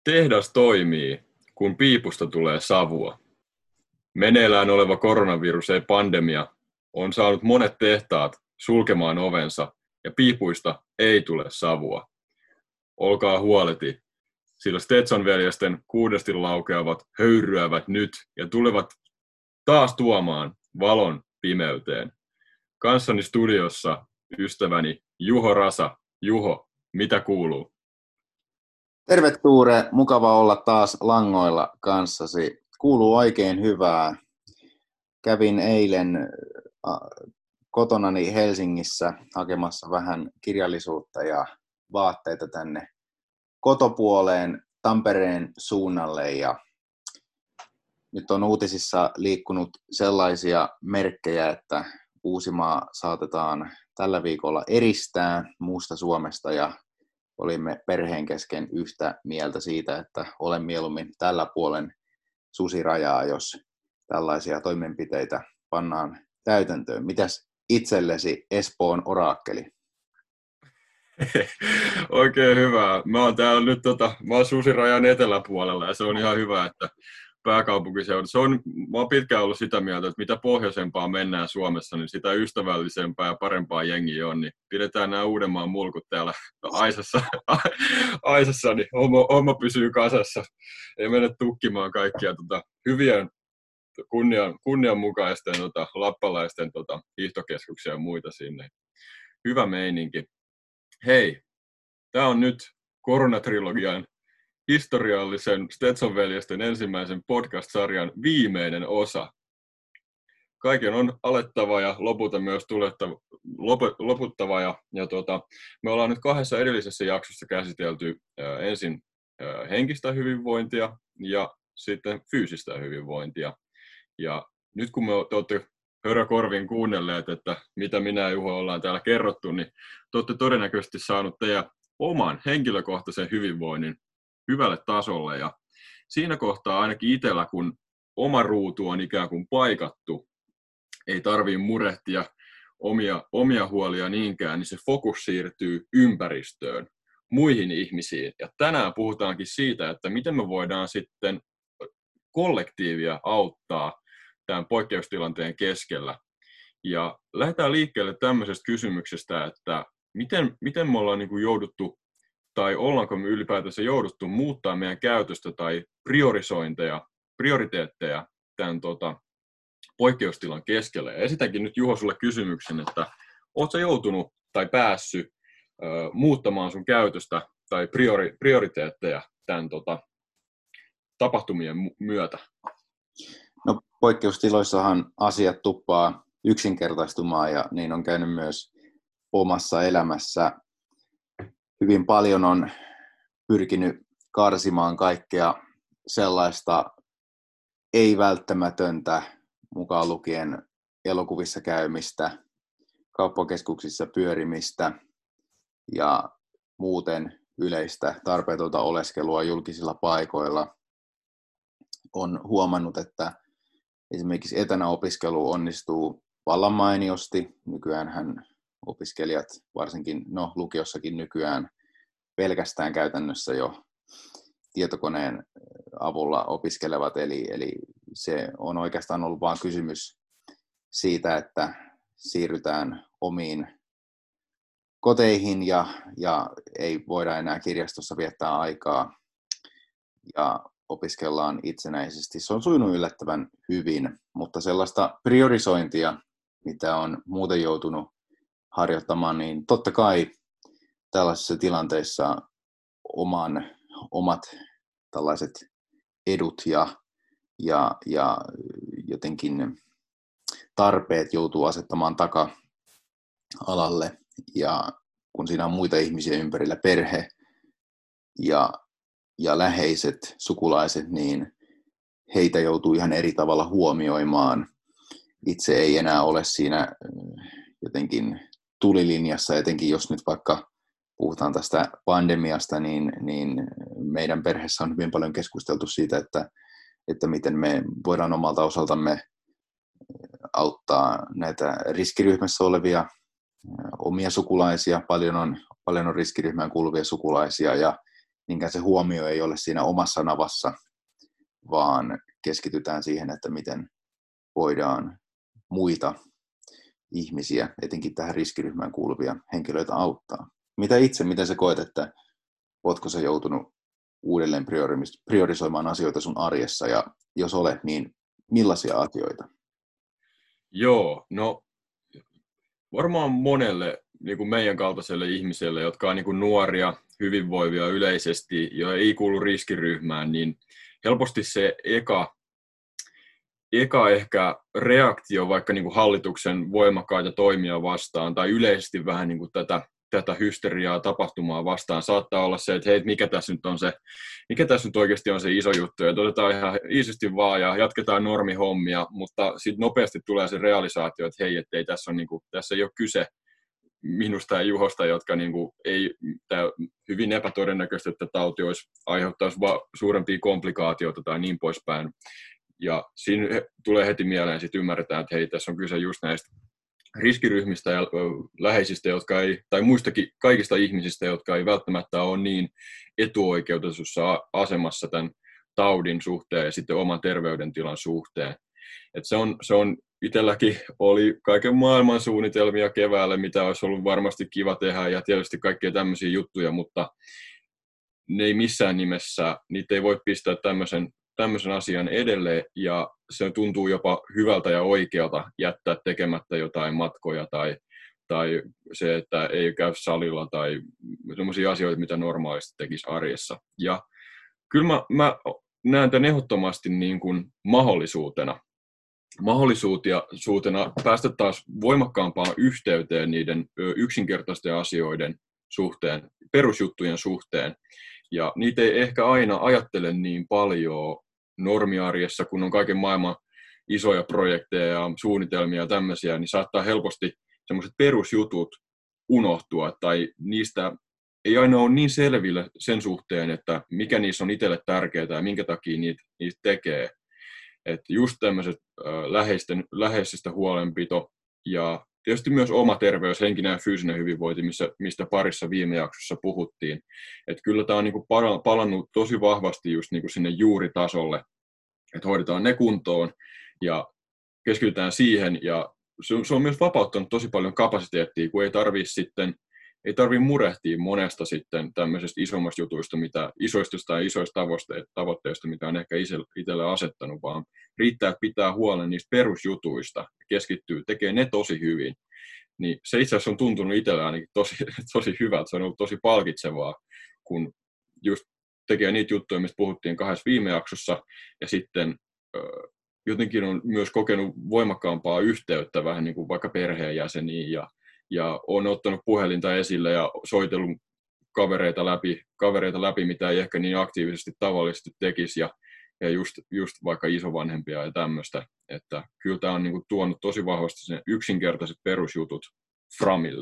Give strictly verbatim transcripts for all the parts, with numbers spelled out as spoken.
Tehdas toimii, kun piipusta tulee savua. Meneillään oleva koronavirus-pandemia on saanut monet tehtaat sulkemaan ovensa ja piipuista ei tule savua. Olkaa huoleti, sillä Stetson-veljesten kuudesti laukeavat höyryävät nyt ja tulevat taas tuomaan valon pimeyteen. Kanssani studiossa ystäväni Juho Rasa. Juho, mitä kuuluu? Terve Tuure, mukava olla taas langoilla kanssasi. Kuuluu oikein hyvää. Kävin eilen kotonani Helsingissä hakemassa vähän kirjallisuutta ja vaatteita tänne kotopuoleen Tampereen suunnalle. Ja nyt on uutisissa liikkunut sellaisia merkkejä, että Uusimaa saatetaan tällä viikolla eristää muusta Suomesta ja olimme perheen kesken yhtä mieltä siitä, että olen mieluummin tällä puolen susirajaa, jos tällaisia toimenpiteitä pannaan täytäntöön. Mitäs itsellesi Espoon oraakkeli? Oikein hyvä. Mä oon täällä nyt tota, mä oon susirajan eteläpuolella ja se on ihan hyvä, että pääkaupunkiseudulla. Se on, mä oon pitkään ollut sitä mieltä, että mitä pohjoisempaa mennään Suomessa, niin sitä ystävällisempää ja parempaa jengiä on. Niin pidetään nämä Uudenmaan mulkut täällä Aisassa, Aisassa niin homma, homma pysyy kasassa. Ei mennä tukkimaan kaikkia tota, hyvien kunnian, kunnianmukaisten tota, lappalaisten tota, hiihtokeskuksia ja muita sinne. Hyvä meininki. Hei, tää on nyt koronatrilogian historiallisen Stetson-veljesten ensimmäisen podcast-sarjan viimeinen osa. Kaiken on alettava ja lopulta myös tulettava, lop, loputtava. Ja, ja tota, me ollaan nyt kahdessa edellisessä jaksossa käsitelty ää, ensin ää, henkistä hyvinvointia ja sitten fyysistä hyvinvointia. Ja nyt kun me te olette hörökorvin kuunnelleet, että mitä minä ja Juho ollaan täällä kerrottu, niin te olette todennäköisesti saanut teidän oman henkilökohtaisen hyvinvoinnin hyvälle tasolle, ja siinä kohtaa ainakin itsellä, kun oma ruutu on ikään kuin paikattu, ei tarvitse murehtia omia, omia huolia niinkään, niin se fokus siirtyy ympäristöön, muihin ihmisiin. Ja tänään puhutaankin siitä, että miten me voidaan sitten kollektiivia auttaa tämän poikkeustilanteen keskellä. Ja lähdetään liikkeelle tämmöisestä kysymyksestä, että miten, miten me ollaan niin kuin jouduttu tai ollaanko me ylipäätänsä jouduttu muuttaa meidän käytöstä tai priorisointeja, prioriteetteja tämän tota, poikkeustilan keskellä. Ja esitänkin nyt Juho sulle kysymyksen, että ootko sä joutunut tai päässyt ö, muuttamaan sun käytöstä tai priori, prioriteetteja tämän tota, tapahtumien myötä? No, poikkeustiloissahan asiat tuppaa yksinkertaistumaan ja niin on käynyt myös omassa elämässä. Hyvin paljon on pyrkinyt karsimaan kaikkea sellaista ei-välttämätöntä, mukaan lukien elokuvissa käymistä, kauppakeskuksissa pyörimistä ja muuten yleistä tarpeetonta oleskelua julkisilla paikoilla. On huomannut, että esimerkiksi etänä opiskelu onnistuu vallan mainiosti. Nykyäänhän opiskelijat, varsinkin no, lukiossakin nykyään, pelkästään käytännössä jo tietokoneen avulla opiskelevat. Eli, eli se on oikeastaan ollut vain kysymys siitä, että siirrytään omiin koteihin ja, ja ei voida enää kirjastossa viettää aikaa ja opiskellaan itsenäisesti. Se on sujunut yllättävän hyvin, mutta sellaista priorisointia, mitä on muuten joutunut harjoittamaan, niin totta kai tällaisissa tilanteissa oman, omat tällaiset edut ja, ja, ja jotenkin tarpeet joutuu asettamaan taka-alalle. Ja kun siinä on muita ihmisiä ympärillä, perhe ja, ja läheiset sukulaiset, niin heitä joutuu ihan eri tavalla huomioimaan. Itse ei enää ole siinä jotenkin tulilinjassa, etenkin jos nyt vaikka puhutaan tästä pandemiasta, niin, niin meidän perheessä on hyvin paljon keskusteltu siitä, että, että miten me voidaan omalta osaltamme auttaa näitä riskiryhmässä olevia omia sukulaisia. Paljon on, paljon on riskiryhmään kuuluvia sukulaisia ja, niinkään se huomio ei ole siinä omassa navassa, vaan keskitytään siihen, että miten voidaan muita ihmisiä, etenkin tähän riskiryhmään kuuluvia henkilöitä auttaa. Mitä itse, miten sä koet, että ootko sä joutunut uudelleen priorisoimaan asioita sun arjessa, ja jos olet, niin millaisia asioita? Joo, no varmaan monelle niin kuin meidän kaltaiselle ihmiselle, jotka on niin kuin nuoria, hyvinvoivia yleisesti ja ei kuulu riskiryhmään, niin helposti se eka, eka ehkä reaktio vaikka niin kuin hallituksen voimakkaita toimia vastaan tai yleisesti vähän niin kuin tätä, tätä hysteriaa tapahtumaa vastaan saattaa olla se, että hei, mikä tässä nyt on se, mikä tässä nyt oikeasti on se iso juttu, ja otetaan ihan iisisti vaan ja jatketaan normihommia, mutta sitten nopeasti tulee se realisaatio, että hei, ettei tässä, on niin kuin, tässä ei ole kyse minusta ja Juhosta, jotka niin kuin, ei, tämä hyvin epätodennäköistä, että tauti olisi, aiheuttaisi suurempia komplikaatioita tai niin poispäin. Ja siinä tulee heti mieleen, sitten ymmärretään, että hei, tässä on kyse just näistä riskiryhmistä ja läheisistä, jotka ei, tai muistakin kaikista ihmisistä, jotka ei välttämättä ole niin etuoikeutetussa asemassa tämän taudin suhteen ja sitten oman terveydentilan suhteen. Et se on, se on itselläkin oli kaiken maailman suunnitelmia keväälle, mitä olisi ollut varmasti kiva tehdä ja tietysti kaikkia tämmöisiä juttuja, mutta ne ei missään nimessä, niitä ei voi pistää tämmöisen, tämmöisen asian edelleen ja se tuntuu jopa hyvältä ja oikealta jättää tekemättä jotain matkoja tai, tai se, että ei käy salilla tai semmoisia asioita, mitä normaalisti tekisi arjessa. Ja kyllä mä, mä näen tämän ehdottomasti niin kuin mahdollisuutena. mahdollisuutena päästä taas voimakkaampaan yhteyteen niiden yksinkertaisten asioiden suhteen, perusjuttujen suhteen. Ja niitä ei ehkä aina ajattele niin paljon normiarjessa, kun on kaiken maailman isoja projekteja ja suunnitelmia ja tämmöisiä, niin saattaa helposti semmoiset perusjutut unohtua, tai niistä ei aina ole niin selville sen suhteen, että mikä niissä on itselle tärkeää ja minkä takia niitä, niitä tekee. Että just tämmöiset läheisten, läheisistä huolenpito ja tietysti myös oma terveys, henkinen ja fyysinen hyvinvointi, missä, mistä parissa viime jaksossa puhuttiin. Että kyllä tämä on niinku palannut tosi vahvasti just niinku sinne juuritasolle, että hoidetaan ne kuntoon ja keskitytään siihen. Ja se on, se on myös vapauttanut tosi paljon kapasiteettia, kun ei tarvitse sitten ei tarvitse murehtia monesta sitten tämmöisestä isommasta jutuista, mitä isoista tai isoista tavoitteista, mitä on ehkä itselle asettanut, vaan riittää, että pitää huolen niistä perusjutuista, keskittyy, tekee ne tosi hyvin. Niin se itse asiassa on tuntunut itselle ainakin tosi, tosi hyvältä, se on ollut tosi palkitsevaa, kun just tekee niitä juttuja, mistä puhuttiin kahdessa viime jaksossa, ja sitten jotenkin on myös kokenut voimakkaampaa yhteyttä vähän niin kuin vaikka perheenjäseniin, ja Ja on ottanut puhelinta esille ja soitellut kavereita läpi, kavereita läpi, mitä ei ehkä niin aktiivisesti tavallisesti tekisi. Ja, ja just, just vaikka isovanhempia ja tämmöistä. Että kyllä tämä on niin kuin tuonut tosi vahvasti sen yksinkertaiset perusjutut framille.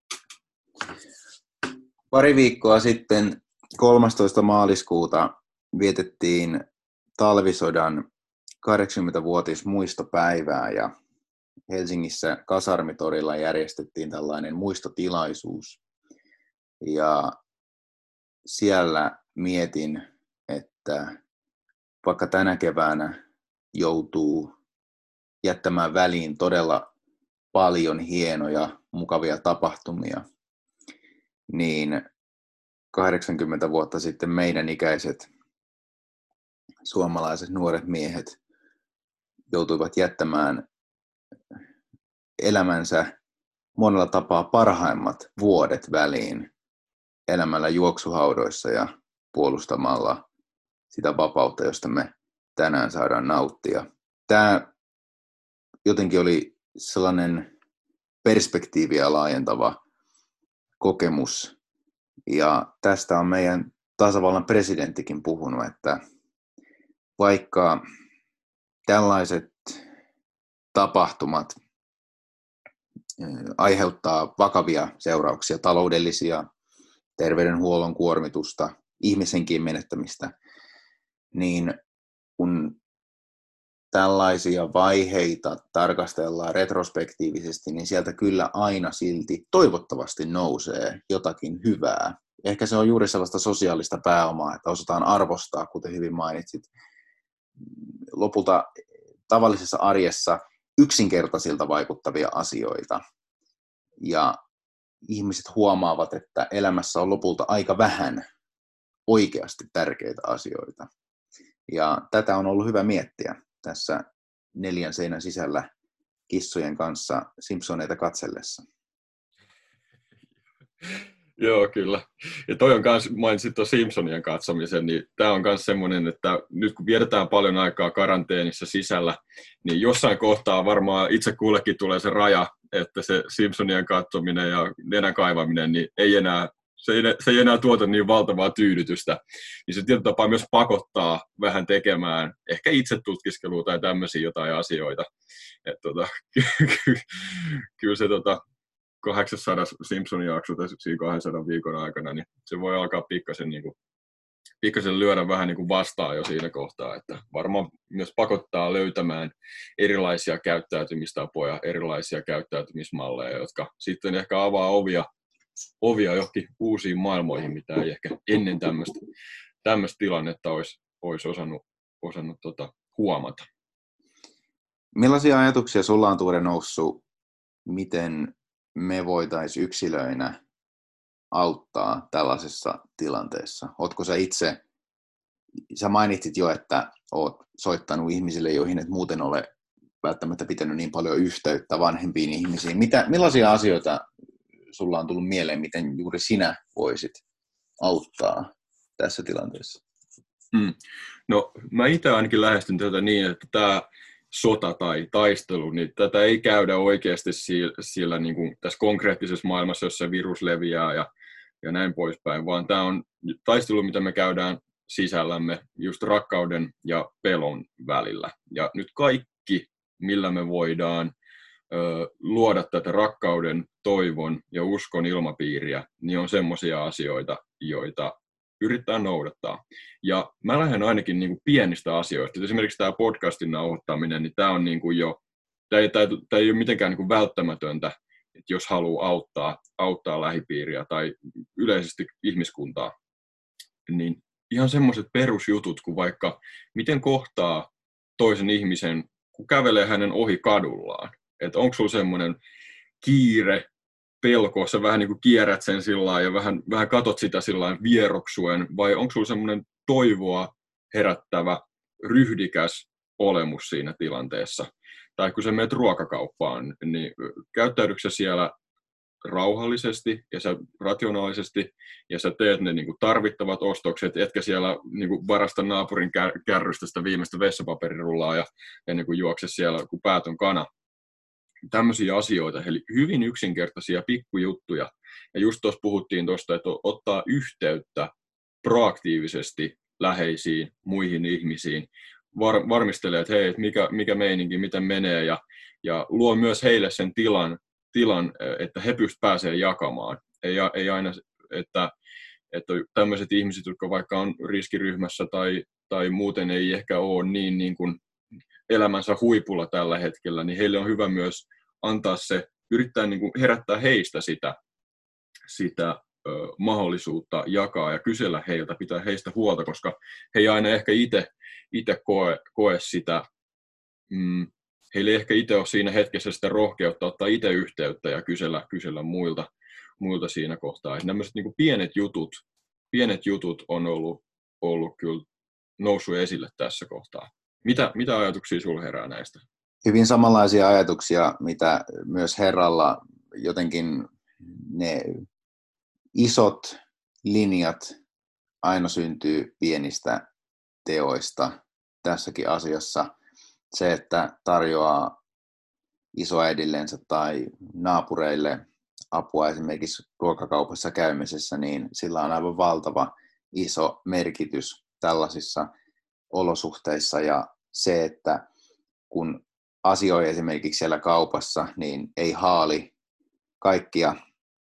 Pari viikkoa sitten kolmastoista maaliskuuta vietettiin talvisodan kahdeksankymmentävuotismuistopäivää ja Helsingissä Kasarmitorilla järjestettiin tällainen muistotilaisuus. Ja siellä mietin, että vaikka tänä keväänä joutuu jättämään väliin todella paljon hienoja, mukavia tapahtumia, niin kahdeksankymmentä vuotta sitten meidän ikäiset suomalaiset nuoret miehet joutuivat jättämään elämänsä monella tapaa parhaimmat vuodet väliin elämällä juoksuhaudoissa ja puolustamalla sitä vapautta, josta me tänään saadaan nauttia. Tämä jotenkin oli sellainen perspektiiviä laajentava kokemus. Ja tästä on meidän tasavallan presidenttikin puhunut, että vaikka tällaiset tapahtumat aiheuttaa vakavia seurauksia, taloudellisia, terveydenhuollon kuormitusta, ihmisenkin menettämistä, niin kun tällaisia vaiheita tarkastellaan retrospektiivisesti, niin sieltä kyllä aina silti toivottavasti nousee jotakin hyvää. ehkä se on juuri sellaista sosiaalista pääomaa, että osataan arvostaa, kuten hyvin mainitsit. Lopulta tavallisessa arjessa yksinkertaisilta vaikuttavia asioita. Ja ihmiset huomaavat, että elämässä on lopulta aika vähän oikeasti tärkeitä asioita. Ja tätä on ollut hyvä miettiä tässä neljän seinän sisällä kissojen kanssa Simpsoneita katsellessa. Joo, kyllä. Ja toi on kans, mainitsit tuon Simpsonien katsomisen, niin tämä on myös semmoinen, että nyt kun vietetään paljon aikaa karanteenissa sisällä, niin jossain kohtaa varmaan itse kullekin tulee se raja, että se Simpsonien katsominen ja nenän kaivaminen, niin ei enää, se ei, se ei enää tuota niin valtavaa tyydytystä. Niin se tietyllä tapaa myös pakottaa vähän tekemään ehkä itse tutkiskelua tai tämmöisiä jotain asioita. Että tota, kyllä se tota, kahdeksansataa Simpsonin jakso siinä kahdensadan viikon aikana, niin se voi alkaa pikkasen, niin kuin, pikkasen lyödä vähän niin kuin vastaan jo siinä kohtaa, että varmaan myös pakottaa löytämään erilaisia käyttäytymistapoja, erilaisia käyttäytymismalleja, jotka sitten ehkä avaa ovia, ovia johonkin uusiin maailmoihin, mitä ei ehkä ennen tämmöistä, tämmöistä tilannetta olisi, olisi osannut, osannut tota, huomata. Millaisia ajatuksia sulla on, Tuure, noussut, miten me voitaisiin yksilöinä auttaa tällaisessa tilanteessa? Ootko sä itse, sä mainitsit jo, että oot soittanut ihmisille, joihin et muuten ole välttämättä pitänyt niin paljon yhteyttä vanhempiin ihmisiin. Mitä, millaisia asioita sulla on tullut mieleen, miten juuri sinä voisit auttaa tässä tilanteessa? Hmm. No mä itse ainakin lähestyn tätä niin, että tämä sota tai taistelu, niin tätä ei käydä oikeasti sillä, sillä niin kuin tässä konkreettisessa maailmassa, jossa virus leviää ja, ja näin poispäin, vaan tämä on taistelu, mitä me käydään sisällämme just rakkauden ja pelon välillä. Ja nyt kaikki, millä me voidaan ö, luoda tätä rakkauden, toivon ja uskon ilmapiiriä, niin on semmoisia asioita, joita yrittää noudattaa. Ja mä lähden ainakin niin kuin pienistä asioista. Esimerkiksi tämä podcastin nauhoittaminen, niin tämä on niin kuin jo, tämä ei, tämä, tämä ei ole mitenkään niin kuin välttämätöntä, että jos haluaa auttaa, auttaa lähipiiriä tai yleisesti ihmiskuntaa, niin ihan semmoiset perusjutut kuin vaikka miten kohtaa toisen ihmisen, kun kävelee hänen ohi kadullaan. Että onko sulla semmoinen kiire, pelko, sä vähän niin kuin kierrät sen sillä ja vähän, vähän katot sitä sillä vieroksuen, vai onko sulla semmoinen toivoa herättävä, ryhdikäs olemus siinä tilanteessa? Tai kun sä menet ruokakauppaan, niin käyttäydytkö sä siellä rauhallisesti ja sä rationaalisesti, ja sä teet ne niin kuin tarvittavat ostokset, etkä siellä niin kuin varasta naapurin kärrystä sitä viimeistä vessapaperirullaa ja ennen kuin juokse siellä, kun päät on kana. Tämmöisiä asioita, eli hyvin yksinkertaisia pikkujuttuja. Ja just tuossa puhuttiin tuosta, että ottaa yhteyttä proaktiivisesti läheisiin, muihin ihmisiin, var, varmistelee, että hei, mikä, mikä meininki, miten menee, ja, ja luo myös heille sen tilan, tilan että he pystyvät pääsemään jakamaan. Ei, ei aina, että, että tämmöiset ihmiset, jotka vaikka on riskiryhmässä tai, tai muuten ei ehkä ole niin, niin kuin elämänsä huipulla tällä hetkellä, niin heille on hyvä myös antaa se, yrittää niin kuin herättää heistä sitä, sitä ö, mahdollisuutta jakaa ja kysellä heiltä, pitää heistä huolta, koska he ei aina ehkä itse, itse koe, koe sitä, mm, heillä ei ehkä itse ole siinä hetkessä sitä rohkeutta ottaa itse yhteyttä ja kysellä, kysellä muilta, muilta siinä kohtaa. Että nämä niin kuin pienet jutut, pienet jutut on ollut, ollut kyllä noussut esille tässä kohtaa. Mitä, mitä ajatuksia sinulla herää näistä? Hyvin samanlaisia ajatuksia, mitä myös Herralla jotenkin ne isot linjat aina syntyy pienistä teoista tässäkin asiassa. Se, että tarjoaa isoäidillensä tai naapureille apua esimerkiksi ruokakaupassa käymisessä, niin sillä on aivan valtava iso merkitys tällaisissa olosuhteissa, ja se, että kun asioi esimerkiksi siellä kaupassa, niin ei haali kaikkia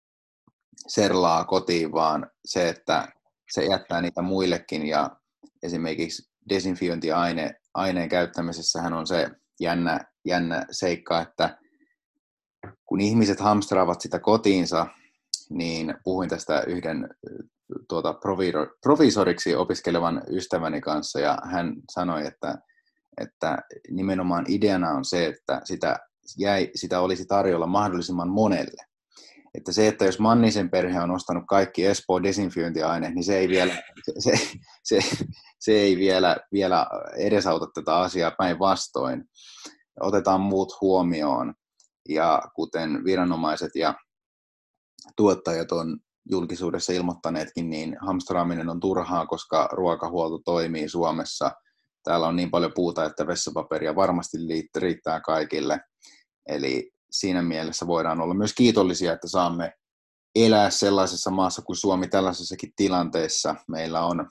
serlaa kotiin, vaan se, että se jättää niitä muillekin, ja esimerkiksi desinfiointiaine aineen käyttämisessähän on se jännä, jännä seikka, että kun ihmiset hamstraavat sitä kotiinsa, niin puhuin tästä yhden tuota, proviisoriksi opiskelevan ystäväni kanssa, ja hän sanoi, että, että nimenomaan ideana on se, että sitä, jäi, sitä olisi tarjolla mahdollisimman monelle. Että se, että jos Mannisen perhe on ostanut kaikki Espoon desinfiointiaineet, niin se ei vielä, se, se, se ei vielä, vielä edesauta tätä asiaa päinvastoin. Otetaan muut huomioon, ja kuten viranomaiset ja tuottajat on julkisuudessa ilmoittaneetkin, niin hamstraaminen on turhaa, koska ruokahuolto toimii Suomessa. Täällä on niin paljon puuta, että vessapaperia varmasti riittää kaikille. Eli siinä mielessä voidaan olla myös kiitollisia, että saamme elää sellaisessa maassa kuin Suomi tällaisessakin tilanteessa. Meillä on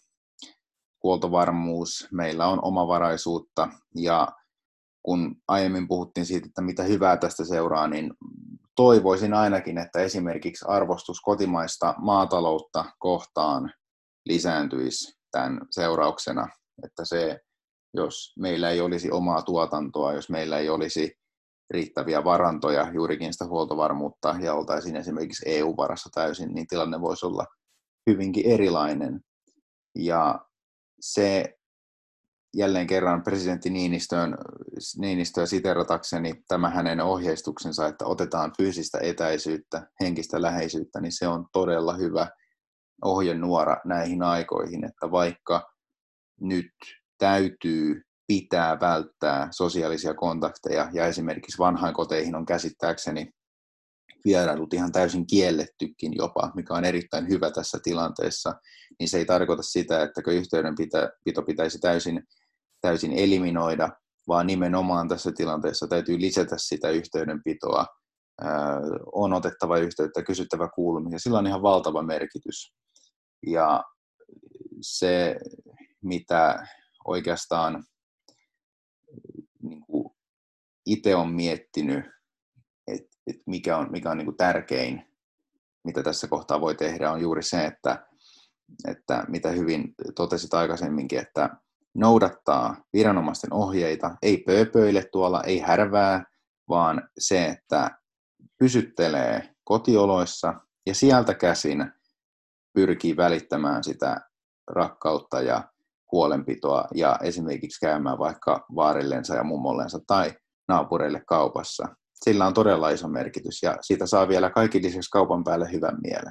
huoltovarmuus, meillä on omavaraisuutta, ja kun aiemmin puhuttiin siitä, että mitä hyvää tästä seuraa, niin toivoisin ainakin, että esimerkiksi arvostus kotimaista maataloutta kohtaan lisääntyisi tämän seurauksena, että se, jos meillä ei olisi omaa tuotantoa, jos meillä ei olisi riittäviä varantoja, juurikin sitä huoltovarmuutta, ja oltaisiin esimerkiksi E U-varassa täysin, niin tilanne voisi olla hyvinkin erilainen. Ja se jälleen kerran presidentti Niinistön, Niinistöä siteratakseni, tämä hänen ohjeistuksensa, että otetaan fyysistä etäisyyttä, henkistä läheisyyttä, niin se on todella hyvä ohjenuora näihin aikoihin, että vaikka nyt täytyy pitää välttää sosiaalisia kontakteja, ja esimerkiksi vanhainkoteihin on käsittääkseni vierailut ihan täysin kiellettykin jopa, mikä on erittäin hyvä tässä tilanteessa, niin se ei tarkoita sitä, että yhteydenpito pitäisi täysin, täysin eliminoida, vaan nimenomaan tässä tilanteessa täytyy lisätä sitä yhteydenpitoa, on otettava yhteyttä, kysyttävä kuuluminen, sillä on ihan valtava merkitys. Ja se, mitä oikeastaan niin kuin itse olen miettinyt, että et mikä on, mikä on niin kuin tärkein, mitä tässä kohtaa voi tehdä, on juuri se, että, että mitä hyvin totesit aikaisemminkin, että noudattaa viranomaisten ohjeita, ei pööpöile tuolla, ei härvää, vaan se, että pysyttelee kotioloissa ja sieltä käsin pyrkii välittämään sitä rakkautta ja huolenpitoa ja esimerkiksi käymään vaikka vaarillensa ja mummollensa tai naapureille kaupassa. Sillä on todella iso merkitys ja siitä saa vielä kaikki lisäksi kaupan päälle hyvän mielen.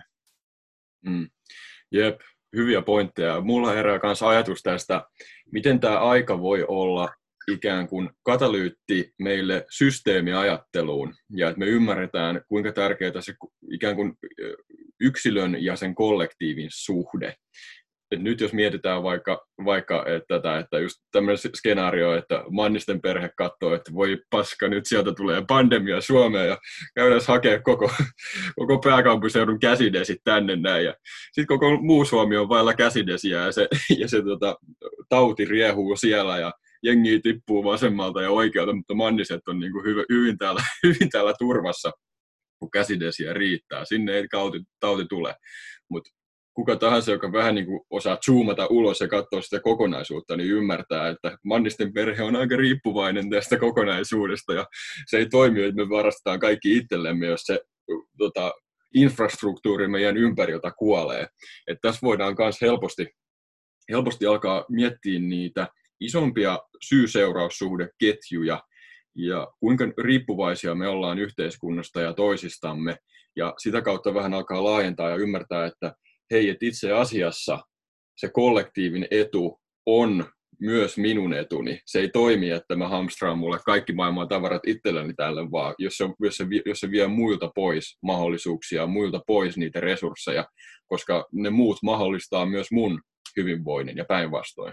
Mm. Jep, hyviä pointteja. Mulla herää myös ajatus tästä, miten tämä aika voi olla ikään kuin katalyytti meille systeemiajatteluun ja että me ymmärretään, kuinka tärkeää se ikään kuin yksilön ja sen kollektiivin suhde. Et nyt jos mietitään vaikka, vaikka että, tätä, että just tämmöinen skenaario, että Mannisten perhe katsoo, että voi paska, nyt sieltä tulee pandemia Suomeen ja käydään hakemaan koko, koko pääkaupunkiseudun käsidesit tänne näin. Sitten koko muu Suomi on vailla käsidesiä ja se, ja se tota, tauti riehuu siellä ja jengi tippuu vasemmalta ja oikealta, mutta Manniset on niin kuin hyvin, hyvin, täällä, hyvin täällä turvassa, kun käsidesiä riittää. Sinne ei tauti, tauti tule. Mut kuka tahansa, joka vähän niin kuin osaa zoomata ulos ja katsoa sitä kokonaisuutta, niin ymmärtää, että Mannisten perhe on aika riippuvainen tästä kokonaisuudesta ja se ei toimi, että me varastetaan kaikki itsellemme, jos se tota, infrastruktuuri meidän ympäriltä kuolee. Että tässä voidaan myös helposti, helposti alkaa miettiä niitä isompia syy-seuraussuhdeketjuja ja kuinka riippuvaisia me ollaan yhteiskunnasta ja toisistamme ja sitä kautta vähän alkaa laajentaa ja ymmärtää, että hei, että itse asiassa se kollektiivin etu on myös minun etuni. Se ei toimi, että mä hamstraan mulle kaikki maailman tavarat itselleni tälle, vaan jos se, jos, se, jos se vie muilta pois mahdollisuuksia, muilta pois niitä resursseja, koska ne muut mahdollistaa myös mun hyvinvoinnin ja päinvastoin.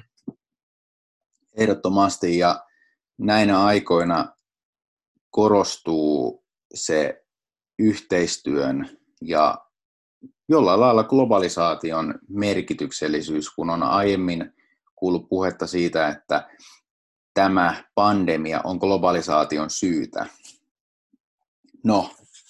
Ehdottomasti, ja näinä aikoina korostuu se yhteistyön ja jollain lailla globalisaation merkityksellisyys, kun on aiemmin kuullut puhetta siitä, että tämä pandemia on globalisaation syytä. No,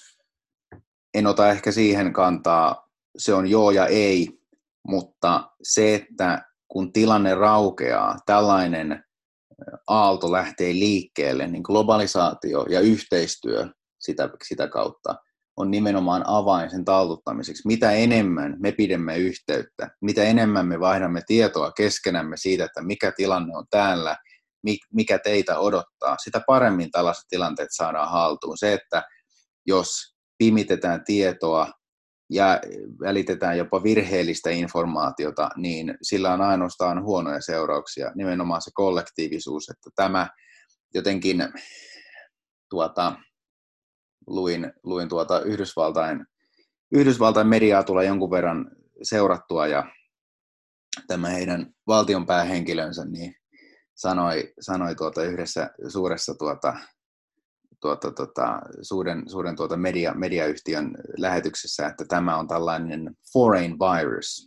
en ota ehkä siihen kantaa, se on joo ja ei, mutta se, että kun tilanne raukeaa, tällainen aalto lähtee liikkeelle, niin globalisaatio ja yhteistyö sitä, sitä kautta on nimenomaan avain sen taltuttamiseksi. Mitä enemmän me pidämme yhteyttä, mitä enemmän me vaihdamme tietoa keskenämme siitä, että mikä tilanne on täällä, mikä teitä odottaa, sitä paremmin tällaiset tilanteet saadaan haltuun. Se, että jos pimitetään tietoa ja välitetään jopa virheellistä informaatiota, niin sillä on ainoastaan huonoja seurauksia, nimenomaan se kollektiivisuus, että tämä jotenkin tuota, luin, luin tuota Yhdysvaltain, Yhdysvaltain mediaa tulee jonkun verran seurattua ja tämä heidän valtionpäähenkilönsä niin sanoi, sanoi tuota yhdessä suuressa tuota, tuota, tuota, suuren, suuren tuota media, mediayhtiön lähetyksessä, että tämä on tällainen foreign virus.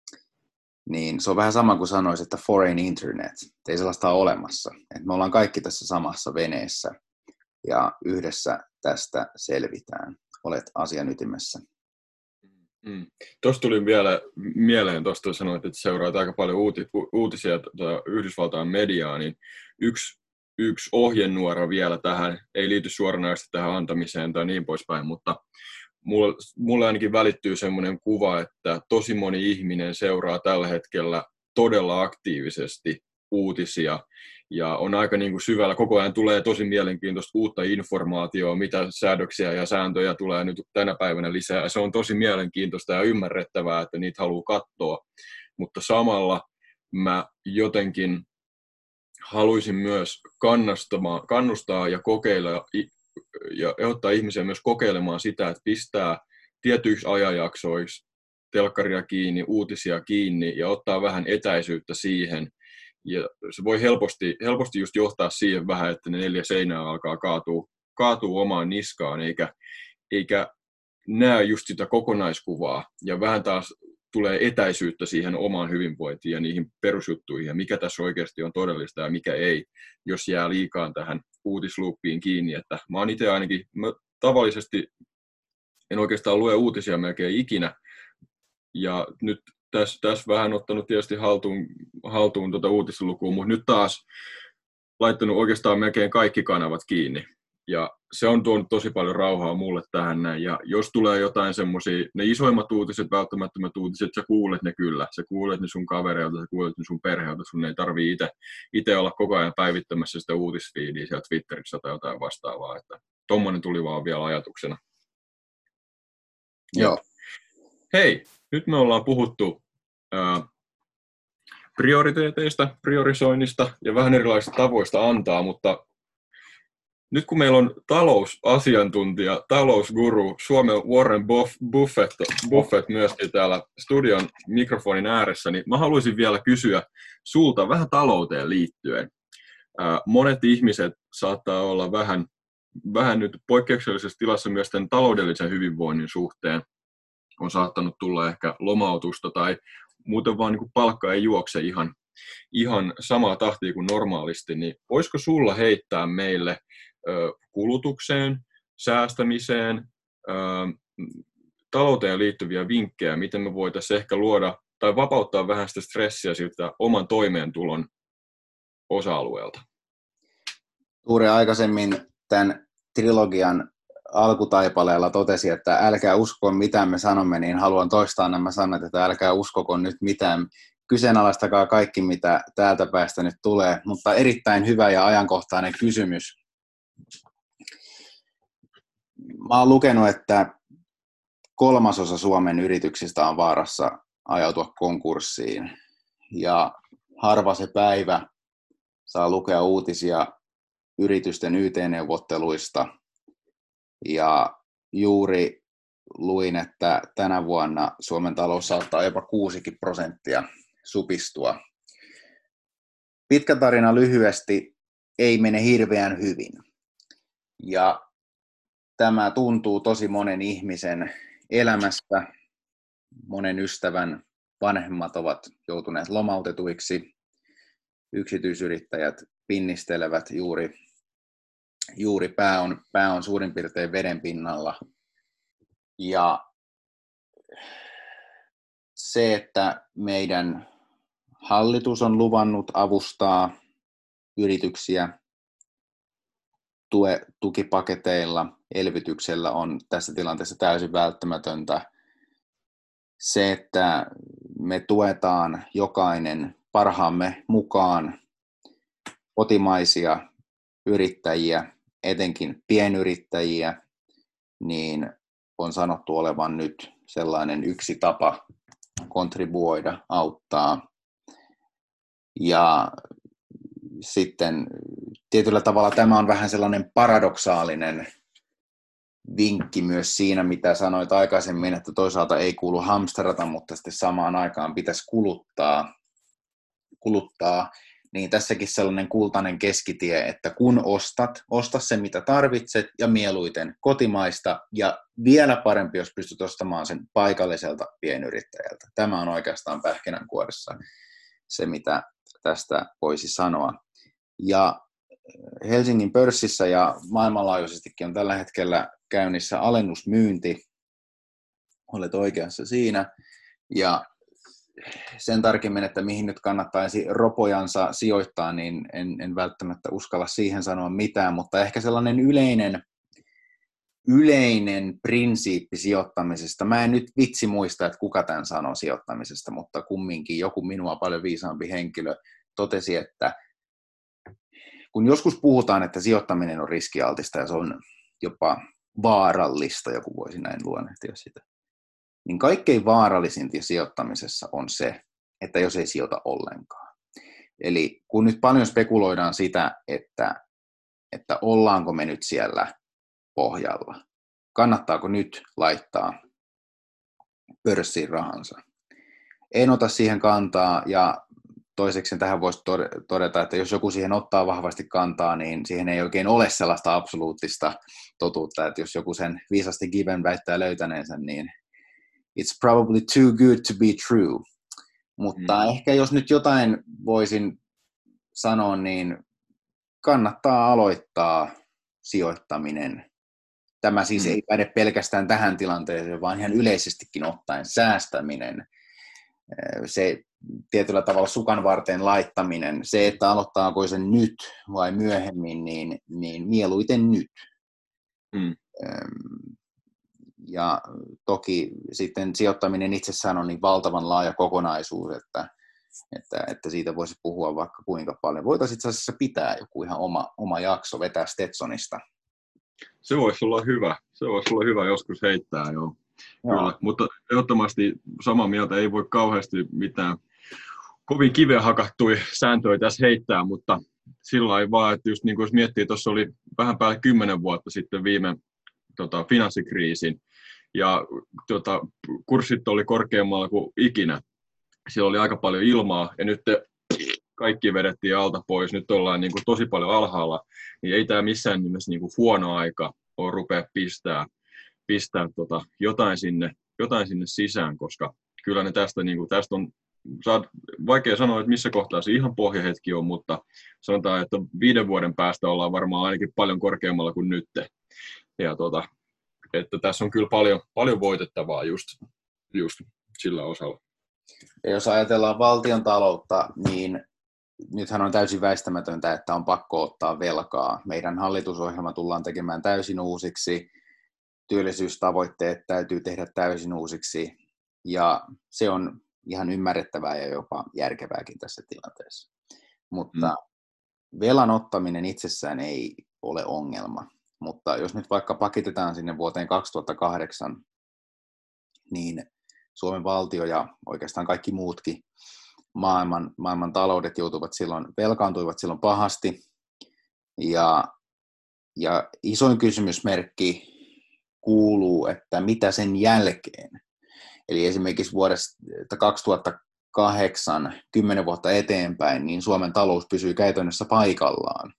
Niin se on vähän sama kuin sanoisi, että foreign internet. Ei sellaista ole olemassa. Et me ollaan kaikki tässä samassa veneessä ja yhdessä tästä selvitään. Olet asian ytimessä. Mm. Tuosta tuli vielä mieleen, tuosta sanoit, että seuraat aika paljon uuti, uutisia tuota Yhdysvaltain mediaa, niin yksi, yksi ohjenuora vielä tähän, ei liity suoranaisesti tähän antamiseen tai niin poispäin, mutta mulle, mulle ainakin välittyy semmoinen kuva, että tosi moni ihminen seuraa tällä hetkellä todella aktiivisesti uutisia ja on aika niin kuin syvällä, koko ajan tulee tosi mielenkiintoista uutta informaatiota, mitä säädöksiä ja sääntöjä tulee nyt tänä päivänä lisää. Se on tosi mielenkiintoista ja ymmärrettävää, että niitä haluaa katsoa, mutta samalla mä jotenkin haluaisin myös kannustaa ja kokeilla ja ehdottaa ihmisiä myös kokeilemaan sitä, että pistää tietyiksi ajanjaksoiksi telkkaria kiinni, uutisia kiinni ja ottaa vähän etäisyyttä siihen. Ja se voi helposti, helposti just johtaa siihen vähän, että ne neljä seinää alkaa kaatua, kaatua omaan niskaan, eikä, eikä näe just sitä kokonaiskuvaa. Ja vähän taas tulee etäisyyttä siihen omaan hyvinvointiin ja niihin perusjuttuihin, ja mikä tässä oikeasti on todellista ja mikä ei, jos jää liikaan tähän uutisluuppiin kiinni. Että mä oon itse ainakin, mä tavallisesti en oikeastaan lue uutisia melkein ikinä, ja nyt Tässä, tässä vähän ottanut tietysti haltuun, haltuun tuota uutislukua, mutta nyt taas laittanut oikeastaan melkein kaikki kanavat kiinni. Ja se on tuonut tosi paljon rauhaa mulle tähän näin. Ja jos tulee jotain semmoisia, ne isoimmat uutiset, välttämättömät uutiset, sä kuulet ne kyllä. Sä kuulet ne sun kavereilta, sä kuulet ne sun perheeltä, sun ei tarvii itse, itse olla koko ajan päivittämässä sitä uutisfiidiä siellä Twitterissä tai jotain vastaavaa. Että tommonen tuli vaan vielä ajatuksena. Joo. Hei, nyt me ollaan puhuttu ää, prioriteeteista, priorisoinnista ja vähän erilaisista tavoista antaa, mutta nyt kun meillä on talousasiantuntija, talousguru, Suomen Warren Buffett, Buffett myöskin täällä studion mikrofonin ääressä, niin mä haluaisin vielä kysyä sulta vähän talouteen liittyen. Ää, monet ihmiset saattaa olla vähän, vähän nyt poikkeuksellisessa tilassa myös tämän taloudellisen hyvinvoinnin suhteen. On saattanut tulla ehkä lomautusta tai muuten vaan niin kuin palkka ei juokse ihan, ihan samaa tahtia kuin normaalisti, niin voisiko sulla heittää meille ö, kulutukseen, säästämiseen, ö, talouteen liittyviä vinkkejä, miten me voitaisiin ehkä luoda tai vapauttaa vähän sitä stressiä siltä oman toimeentulon osa-alueelta? Tuure aikaisemmin tämän trilogian alkutaipaleella totesi, että älkää usko mitä me sanomme, niin haluan toistaa nämä sanat, että älkää uskoko nyt mitään. Kyseenalaistakaa kaikki, mitä täältä päästä nyt tulee, mutta erittäin hyvä ja ajankohtainen kysymys. Mä oon lukenut, että kolmasosa Suomen yrityksistä on vaarassa ajautua konkurssiin ja harva se päivä saa lukea uutisia yritysten Y T-neuvotteluista. Ja juuri luin, että tänä vuonna Suomen talous saattaa jopa kuusikin prosenttia supistua. Pitkä tarina lyhyesti, ei mene hirveän hyvin. Ja tämä tuntuu tosi monen ihmisen elämästä. Monen ystävän vanhemmat ovat joutuneet lomautetuiksi. Yksityisyrittäjät pinnistelevät juuri Juuri pää on, pää on suurin piirtein veden pinnalla. Ja se, että meidän hallitus on luvannut avustaa yrityksiä tue, tukipaketeilla, elvytyksellä on tässä tilanteessa täysin välttämätöntä. Se, että me tuetaan jokainen parhaamme mukaan kotimaisia yrittäjiä, etenkin pienyrittäjiä, niin on sanottu olevan nyt sellainen yksi tapa kontribuoida, auttaa. Ja sitten tietyllä tavalla tämä on vähän sellainen paradoksaalinen vinkki myös siinä, mitä sanoit aikaisemmin, että toisaalta ei kuulu hamsterata, mutta sitten samaan aikaan pitäisi kuluttaa, kuluttaa. Niin tässäkin sellainen kultainen keskitie, että kun ostat, osta se mitä tarvitset ja mieluiten kotimaista ja vielä parempi, jos pystyt ostamaan sen paikalliselta pienyrittäjältä. Tämä on oikeastaan pähkinänkuoressa se, mitä tästä voisi sanoa. Ja Helsingin pörssissä ja maailmanlaajuisestikin on tällä hetkellä käynnissä alennusmyynti. Olet oikeassa siinä. Ja sen tarkemmin, että mihin nyt kannattaisi ropojansa sijoittaa, niin en, en välttämättä uskalla siihen sanoa mitään, mutta ehkä sellainen yleinen, yleinen prinsiippi sijoittamisesta. Mä en nyt vitsi muista, että kuka tämän sanoo sijoittamisesta, mutta kumminkin joku minua paljon viisaampi henkilö totesi, että kun joskus puhutaan, että sijoittaminen on riskialtista ja se on jopa vaarallista, joku voisi näin luonnehtia sitä, niin kaikkein vaarallisinta sijoittamisessa on se, että jos ei sijoita ollenkaan. Eli kun nyt paljon spekuloidaan sitä, että, että ollaanko me nyt siellä pohjalla, kannattaako nyt laittaa pörssiin rahansa. En ota siihen kantaa ja toiseksi tähän voisi todeta, että jos joku siihen ottaa vahvasti kantaa, niin siihen ei oikein ole sellaista absoluuttista totuutta, että jos joku sen viisasti given väittää löytäneensä, niin it's probably too good to be true. Mutta mm. ehkä jos nyt jotain voisin sanoa, niin kannattaa aloittaa sijoittaminen. Tämä siis mm. ei päde pelkästään tähän tilanteeseen, vaan ihan yleisestikin ottaen säästäminen. Se tietyllä tavalla sukan varteen laittaminen, se, että aloittaako sen nyt vai myöhemmin, niin, niin mieluiten nyt. Mm. Ja toki sitten sijoittaminen itsessään on niin valtavan laaja kokonaisuus, että, että, että siitä voisi puhua vaikka kuinka paljon. Voitaisiin itse asiassa pitää joku ihan oma, oma jakso, vetää Stetsonista. Se voisi olla hyvä. Se voisi olla hyvä joskus heittää, joo. Kyllä. Mutta ehdottomasti samaa mieltä, ei voi kauheasti mitään kovin kiveen hakattui sääntöjä tässä heittää, mutta sillä lailla vaan, että just niin kuin jos miettii, tuossa oli vähän päälle kymmenen vuotta sitten viime tota, finanssikriisin, ja tota, kurssit oli korkeammalla kuin ikinä. Siellä oli aika paljon ilmaa, ja nyt kaikki vedettiin alta pois, nyt ollaan niin kuin tosi paljon alhaalla, niin ei tämä missään nimessä niin kuin huono aika ole rupea pistää, pistää tota, jotain, sinne, jotain sinne sisään, koska kyllä ne tästä, niin kuin, tästä on saat, vaikea sanoa, että missä kohtaa se ihan pohjahetki on, mutta sanotaan, että viiden vuoden päästä ollaan varmaan ainakin paljon korkeammalla kuin nyt. Ja tota, että tässä on kyllä paljon, paljon voitettavaa just, just sillä osalla. Ja jos ajatellaan valtion taloutta, niin nythän on täysin väistämätöntä, että on pakko ottaa velkaa. Meidän hallitusohjelma tullaan tekemään täysin uusiksi, työllisyystavoitteet täytyy tehdä täysin uusiksi, ja se on ihan ymmärrettävää ja jopa järkevääkin tässä tilanteessa. Mutta mm. velan ottaminen itsessään ei ole ongelma. Mutta jos nyt vaikka pakitetaan sinne vuoteen kaksituhattakahdeksan, niin Suomen valtio ja oikeastaan kaikki muutkin maailman, maailman taloudet joutuivat silloin, velkaantuivat silloin pahasti. Ja, ja isoin kysymysmerkki kuuluu, että mitä sen jälkeen. Eli esimerkiksi vuodesta kaksituhattakahdeksan, kymmenen vuotta eteenpäin, niin Suomen talous pysyy käytännössä paikallaan.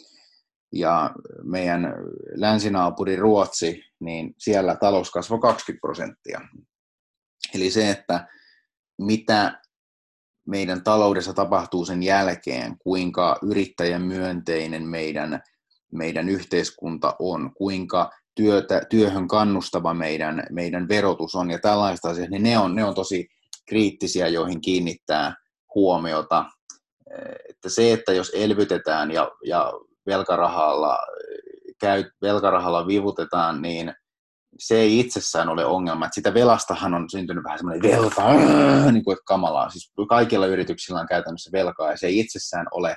Ja meidän länsinaapuri Ruotsi, niin siellä talous kasvoi kaksikymmentä prosenttia. Eli se, että mitä meidän taloudessa tapahtuu sen jälkeen, kuinka yrittäjän myönteinen meidän, meidän yhteiskunta on, kuinka työtä, työhön kannustava meidän, meidän verotus on ja tällaista asiat, niin ne on, ne on tosi kriittisiä, joihin kiinnittää huomiota. Että se, että jos elvytetään ja, ja velkarahalla käy, velkarahalla vivutetaan, niin se ei itsessään ole ongelma. Että sitä velastahan on syntynyt vähän semmoinen velka, niin kuin kamalaa. Siis kaikilla yrityksillä on käytännössä velkaa ja se ei itsessään ole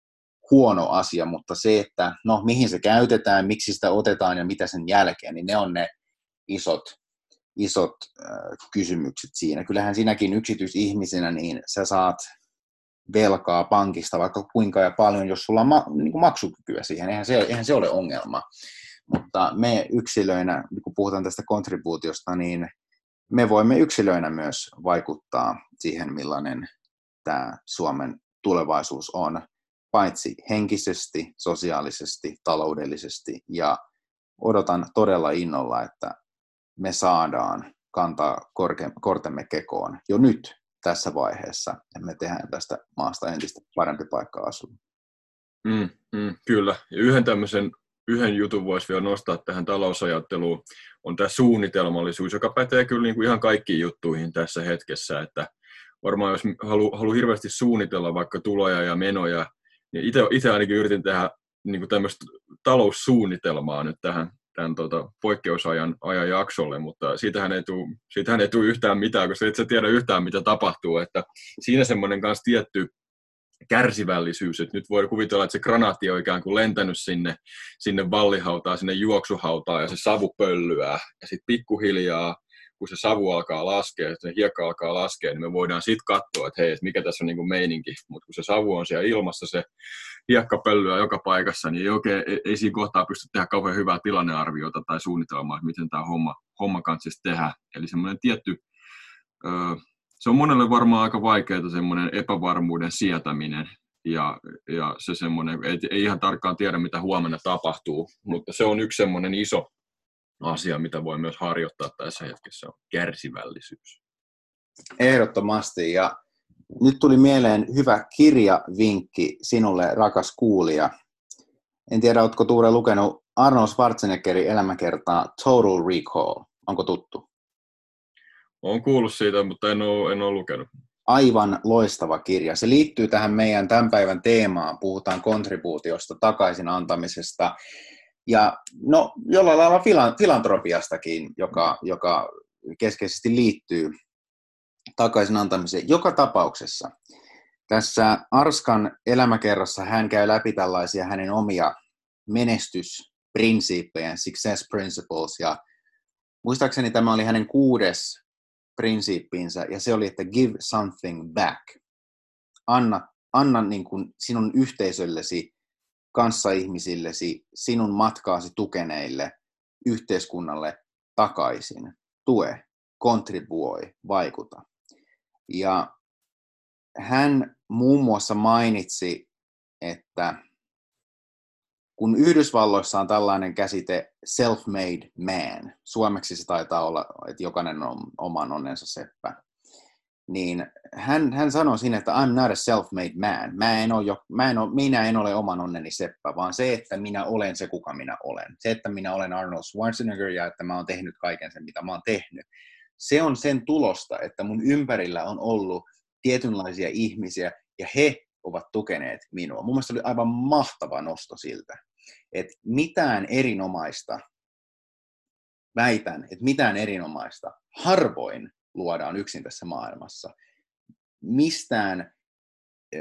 huono asia, mutta se, että no mihin se käytetään, miksi sitä otetaan ja mitä sen jälkeen, niin ne on ne isot, isot äh, kysymykset siinä. Kyllähän sinäkin yksityisihmisenä, niin sä saat velkaa pankista vaikka kuinka ja paljon, jos sulla on ma- niin kuin maksukykyä siihen, eihän se, eihän se ole ongelma. Mutta me yksilöinä, kun puhutaan tästä kontribuutiosta, niin me voimme yksilöinä myös vaikuttaa siihen, millainen tämä Suomen tulevaisuus on, paitsi henkisesti, sosiaalisesti, taloudellisesti, ja odotan todella innolla, että me saadaan kantaa korke- kortemme kekoon jo nyt tässä vaiheessa, ja me tehdään tästä maasta entistä parempi paikka asua. Mm, mm, kyllä, ja yhden tämmöisen Yhden jutun voisi vielä nostaa tähän talousajatteluun, on tämä suunnitelmallisuus, joka pätee kyllä niin kuin ihan kaikkiin juttuihin tässä hetkessä. Että varmaan jos haluaa halu hirveästi suunnitella vaikka tuloja ja menoja, niin itse ainakin yritin tehdä niin kuin tämmöistä taloussuunnitelmaa nyt tähän tämän tota, poikkeusajan ajan jaksolle, mutta siitähän ei tule, siitähän ei tule yhtään mitään, koska et sä tiedä yhtään mitä tapahtuu. Että siinä semmoinen kanssa tietty kärsivällisyys, että nyt voi kuvitella, että se granaatti on ikään kuin lentänyt sinne, sinne vallihautaan, sinne juoksuhautaan ja se savu pöllyää ja sitten pikkuhiljaa, kun se savu alkaa laskea, se hiekka alkaa laskea, niin me voidaan sitten katsoa, että hei, että mikä tässä on niin kuin meininki, mutta kun se savu on siellä ilmassa, se hiekka pöllyää joka paikassa, niin ei, oikein, ei, ei siinä kohtaa pysty tehdä kauhean hyvää tilannearviota tai suunnitelmaa, että miten tämä homma, homma kanssa tehdä. Eli semmoinen tietty öö, se on monelle varmaan aika vaikeaa semmoinen epävarmuuden sietäminen ja, ja se semmoinen, ei, ei ihan tarkkaan tiedä mitä huomenna tapahtuu, mutta se on yksi semmoinen iso asia, mitä voi myös harjoittaa tässä hetkessä, on kärsivällisyys. Ehdottomasti, ja nyt tuli mieleen hyvä kirjavinkki sinulle, rakas kuulija. En tiedä, oletko Tuure lukenut Arnold Schwarzeneggerin elämäkertaa Total Recall, onko tuttu? Olen kuullut siitä, mutta en ole, en ole lukenut. Aivan loistava kirja. Se liittyy tähän meidän tämän päivän teemaan. Puhutaan kontribuutiosta, takaisin antamisesta ja no, jollain lailla filan, filantropiastakin, joka, joka keskeisesti liittyy takaisin antamiseen. Joka tapauksessa tässä Arskan elämäkerrassa hän käy läpi tällaisia hänen omia menestysprinsiippejä, success principles, ja muistaakseni tämä oli hänen kuudes prinsiippiinsä, ja se oli, että give something back. Anna, anna niin kuin sinun yhteisöllesi, kanssaihmisillesi, sinun matkaasi tukeneille, yhteiskunnalle takaisin. Tue, kontribuoi, vaikuta. Ja hän muun muassa mainitsi, että kun Yhdysvalloissa on tällainen käsite self-made man, suomeksi se taitaa olla, että jokainen on oman onnensa seppä, niin hän, hän sanoi siinä, että I'm not a self-made man. Mä en ole jo, mä en ole, minä en ole oman onneni seppä, vaan se, että minä olen se, kuka minä olen. Se, että minä olen Arnold Schwarzenegger ja että mä oon tehnyt kaiken sen, mitä mä oon tehnyt. Se on sen tulosta, että mun ympärillä on ollut tietynlaisia ihmisiä ja he ovat tukeneet minua. Mun mielestä oli aivan mahtava nosto siltä, että mitään erinomaista, väitän, että mitään erinomaista harvoin luodaan yksin tässä maailmassa. Mistään äh,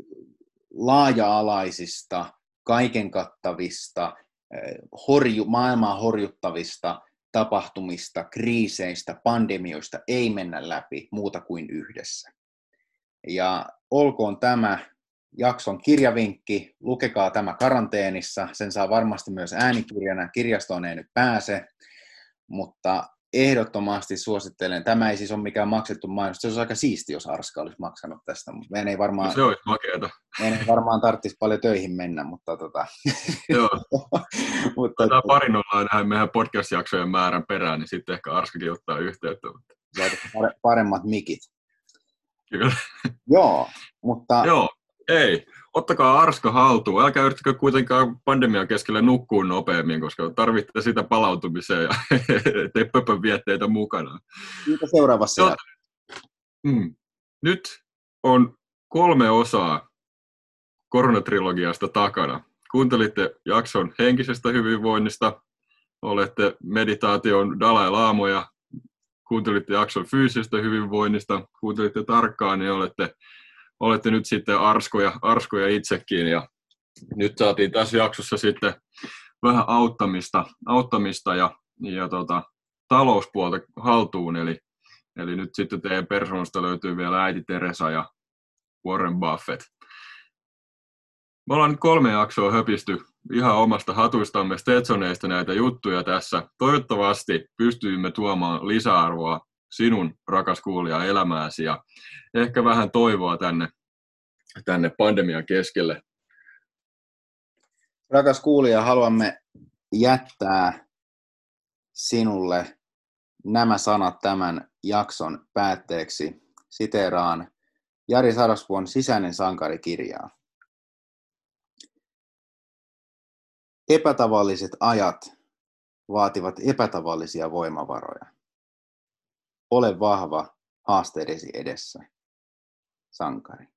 laaja-alaisista, kaiken kattavista, äh, horju, maailmaa horjuttavista tapahtumista, kriiseistä, pandemioista ei mennä läpi muuta kuin yhdessä. Ja olkoon tämä jakson kirjavinkki, lukekaa tämä karanteenissa, sen saa varmasti myös äänikirjana, kirjastoon ei nyt pääse, mutta ehdottomasti suosittelen, tämä ei siis ole mikään maksettu mainos, se olisi aika siisti, jos Arska olisi maksanut tästä, mutta meidän ei varmaan, se olisi makeata. Meidän ei varmaan tarvitsisi paljon töihin mennä, mutta tota. Joo. mutta Otetaan parin ollaan näin meidän podcast-jaksojen määrän perään, niin sitten ehkä Arskakin ottaa yhteyttä. Paremmat mikit. Kyllä. Joo, mutta... Joo, ei. Ottakaa Arska haltuun. Älkää yrittäkö kuitenkaan pandemian keskellä nukkua nopeammin, koska tarvitte sitä palautumiseen ja ettei pöpön vietteitä mukana. Mitä seuraavassa? Jot... Mm. Nyt on kolme osaa koronatrilogiasta takana. kuuntelitte jakson henkisestä hyvinvoinnista, olette meditaation Dalai Laamoja, kuuntelitte jakson fyysisestä hyvinvoinnista, kuuntelitte tarkkaan, niin olette, olette nyt sitten arskoja, arskoja itsekin. Ja nyt saatiin tässä jaksossa sitten vähän auttamista, auttamista ja, ja tota, talouspuolta haltuun. Eli, eli nyt sitten teidän persoonasta löytyy vielä äiti Teresa ja Warren Buffett. Me ollaan nyt kolme jaksoa höpisty ihan omasta hatuistamme Stetsoneista näitä juttuja tässä. Toivottavasti pystyimme tuomaan lisäarvoa sinun, rakas kuulija, elämääsi ja ehkä vähän toivoa tänne, tänne pandemian keskelle. Rakas kuulija, haluamme jättää sinulle nämä sanat tämän jakson päätteeksi. Siteeraan Jari Sarasvuon Sisäinen sankari-kirjaa. Epätavalliset ajat vaativat epätavallisia voimavaroja. Ole vahva haasteidesi edessä, sankari.